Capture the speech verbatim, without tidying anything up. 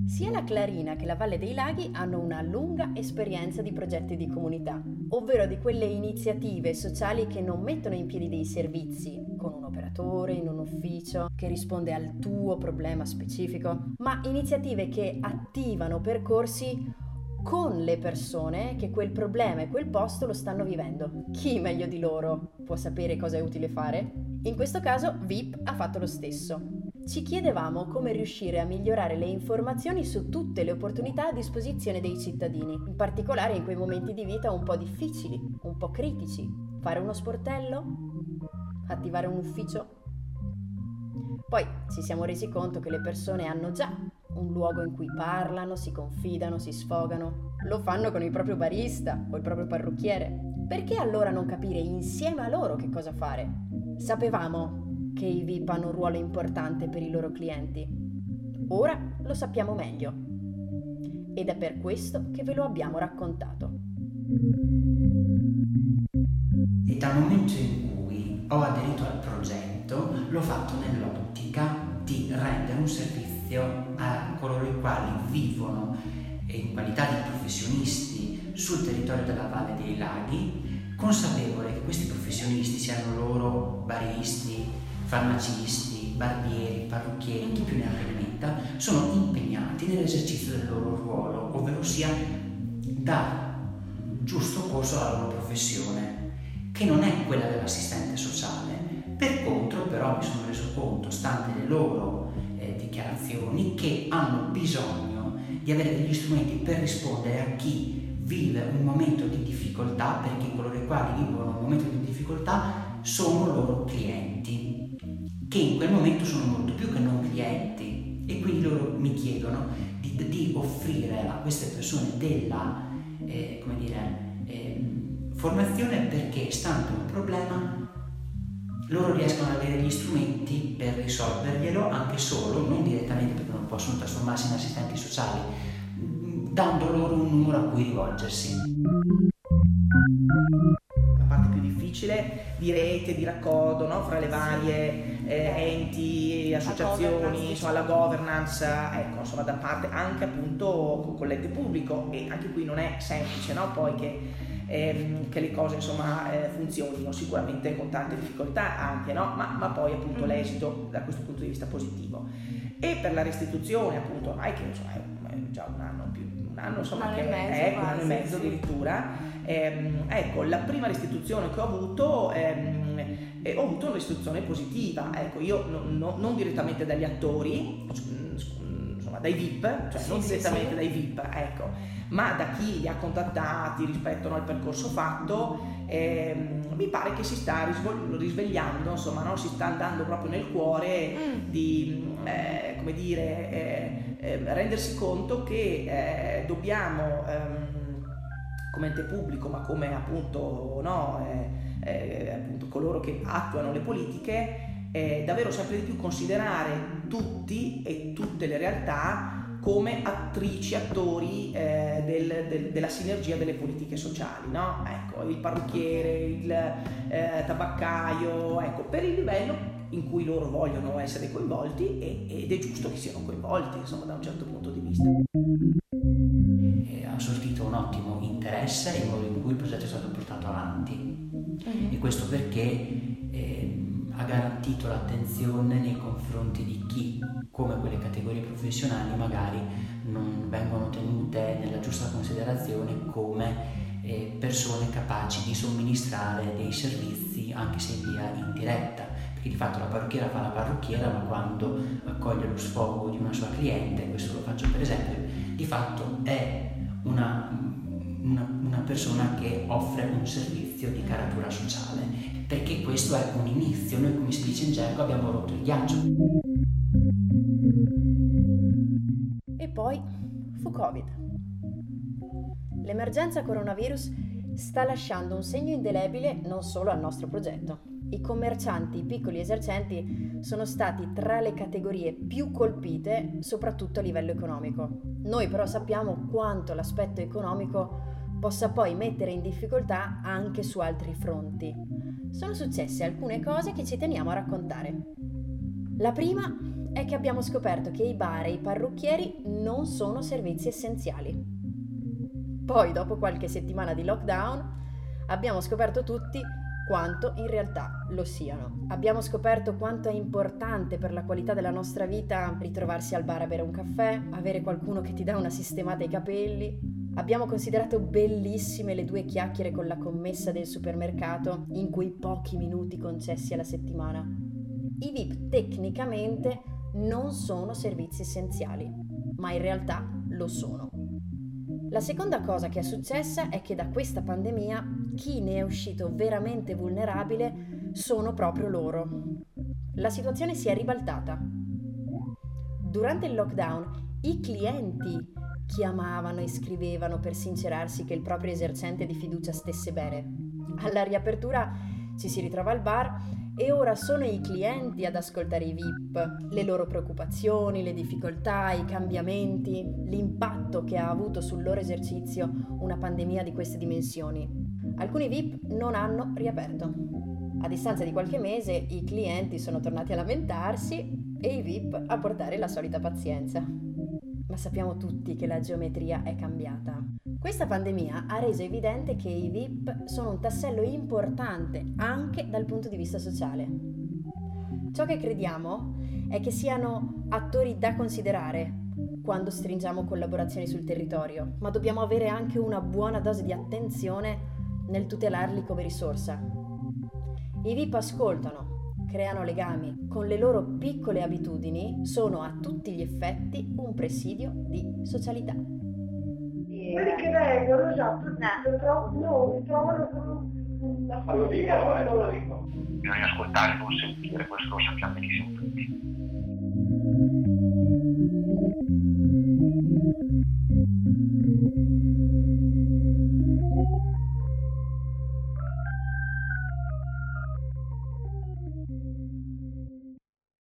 Sia la Clarina che la Valle dei Laghi hanno una lunga esperienza di progetti di comunità, ovvero di quelle iniziative sociali che non mettono in piedi dei servizi con un operatore in un ufficio che risponde al tuo problema specifico, ma iniziative che attivano percorsi con le persone che quel problema e quel posto lo stanno vivendo. Chi meglio di loro può sapere cosa è utile fare? In questo caso V I P ha fatto lo stesso. Ci chiedevamo come riuscire a migliorare le informazioni su tutte le opportunità a disposizione dei cittadini, in particolare in quei momenti di vita un po' difficili, un po' critici. Fare uno sportello? Attivare un ufficio? Poi ci siamo resi conto che le persone hanno già un luogo in cui parlano, si confidano, si sfogano. Lo fanno con il proprio barista o il proprio parrucchiere. Perché allora non capire insieme a loro che cosa fare? Sapevamo che i V I P hanno un ruolo importante per i loro clienti. Ora lo sappiamo meglio. Ed è per questo che ve lo abbiamo raccontato. E dal momento in cui ho aderito al progetto, l'ho fatto nell'ottica di rendere un servizio a coloro i quali vivono in qualità di professionisti sul territorio della Valle dei Laghi, consapevole che questi professionisti, siano loro baristi, farmacisti, barbieri, parrucchieri, chi più ne ha più ne metta, sono impegnati nell'esercizio del loro ruolo, ovvero sia dare giusto corso alla loro professione, che non è quella dell'assistente sociale. Per contro, però, mi sono reso conto, stante le loro eh, dichiarazioni, che hanno bisogno di avere degli strumenti per rispondere a chi vive un momento di difficoltà, perché coloro i quali vivono un momento di difficoltà sono loro clienti, che in quel momento sono molto più che non clienti, e quindi loro mi chiedono di, di offrire a queste persone della eh, come dire, eh, formazione, perché stante un problema loro riescono ad avere gli strumenti per risolverglielo, anche solo, non direttamente perché non possono trasformarsi in assistenti sociali, dando loro un numero a cui rivolgersi. La parte più difficile di rete, di raccordo, no? Fra le varie eh, enti, associazioni, insomma la governance, ecco, insomma da parte anche appunto con l'ente pubblico, e anche qui non è semplice, no? Poi che, ehm, che le cose insomma eh, funzionino, sicuramente con tante difficoltà anche, no? Ma, ma poi appunto l'esito da questo punto di vista positivo. E per la restituzione appunto ormai che insomma è già un anno più un anno insomma un anno che e mezzo, è un quasi, anno e mezzo sì. addirittura, ehm, ecco, la prima restituzione che ho avuto ehm, eh, ho avuto una restituzione positiva, ecco, io no, no, non direttamente dagli attori, insomma dai V I P, cioè sì, non sì, direttamente sì. dai V I P, ecco, ma da chi li ha contattati rispetto al percorso fatto. ehm, mi pare che si sta risvol- risvegliando, insomma, no? Si sta andando proprio nel cuore Mm. di eh, come dire eh, eh, rendersi conto che eh, dobbiamo ehm, come ente pubblico, ma come appunto, no, eh, eh, appunto coloro che attuano le politiche, eh, davvero sempre di più considerare tutti e tutte le realtà come attrici, attori eh, del, del, della sinergia delle politiche sociali, no? Ecco, il parrucchiere, il eh, tabaccaio, ecco, per il livello in cui loro vogliono essere coinvolti, e, ed è giusto che siano coinvolti, insomma, da un certo punto di vista. E ha sortito un ottimo interesse il modo in cui il progetto è stato portato avanti, mm-hmm. e questo perché eh, ha garantito l'attenzione nei confronti di chi, come quelle categorie professionali, magari non vengono tenute nella giusta considerazione come eh, persone capaci di somministrare dei servizi anche se in via indiretta, perché di fatto la parrucchiera fa la parrucchiera, ma quando accoglie lo sfogo di una sua cliente, questo lo faccio per esempio, di fatto è una, una, una persona che offre un servizio di caratura sociale, perché questo è un inizio. Noi, come si dice in gergo, abbiamo rotto il ghiaccio. E poi fu Covid. L'emergenza coronavirus sta lasciando un segno indelebile non solo al nostro progetto. I commercianti, i piccoli esercenti sono stati tra le categorie più colpite, soprattutto a livello economico. Noi però sappiamo quanto l'aspetto economico possa poi mettere in difficoltà anche su altri fronti. Sono successe alcune cose che ci teniamo a raccontare. La prima è che abbiamo scoperto che i bar e i parrucchieri non sono servizi essenziali. Poi, dopo qualche settimana di lockdown, abbiamo scoperto tutti quanto in realtà lo siano. Abbiamo scoperto quanto è importante per la qualità della nostra vita ritrovarsi al bar a bere un caffè, avere qualcuno che ti dà una sistemata ai capelli. Abbiamo considerato bellissime le due chiacchiere con la commessa del supermercato in quei pochi minuti concessi alla settimana. I V I P tecnicamente non sono servizi essenziali, ma in realtà lo sono. La seconda cosa che è successa è che da questa pandemia chi ne è uscito veramente vulnerabile sono proprio loro. La situazione si è ribaltata. Durante il lockdown i clienti chiamavano e scrivevano per sincerarsi che il proprio esercente di fiducia stesse bene. Alla riapertura ci si ritrova al bar e ora sono i clienti ad ascoltare i V I P, le loro preoccupazioni, le difficoltà, i cambiamenti, l'impatto che ha avuto sul loro esercizio una pandemia di queste dimensioni. Alcuni V I P non hanno riaperto. A distanza di qualche mese i clienti sono tornati a lamentarsi e i V I P a portare la solita pazienza. Ma sappiamo tutti che la geometria è cambiata. Questa pandemia ha reso evidente che i V I P sono un tassello importante anche dal punto di vista sociale. Ciò che crediamo è che siano attori da considerare quando stringiamo collaborazioni sul territorio, ma dobbiamo avere anche una buona dose di attenzione nel tutelarli come risorsa. I V I P ascoltano, creano legami, con le loro piccole abitudini sono a tutti gli effetti un presidio di socialità. Quelli che vengono, esatto, lo trovano una Lo dico, eh, lo dico. Bisogna ascoltare, non sentire, questo lo sappiamo benissimo tutti.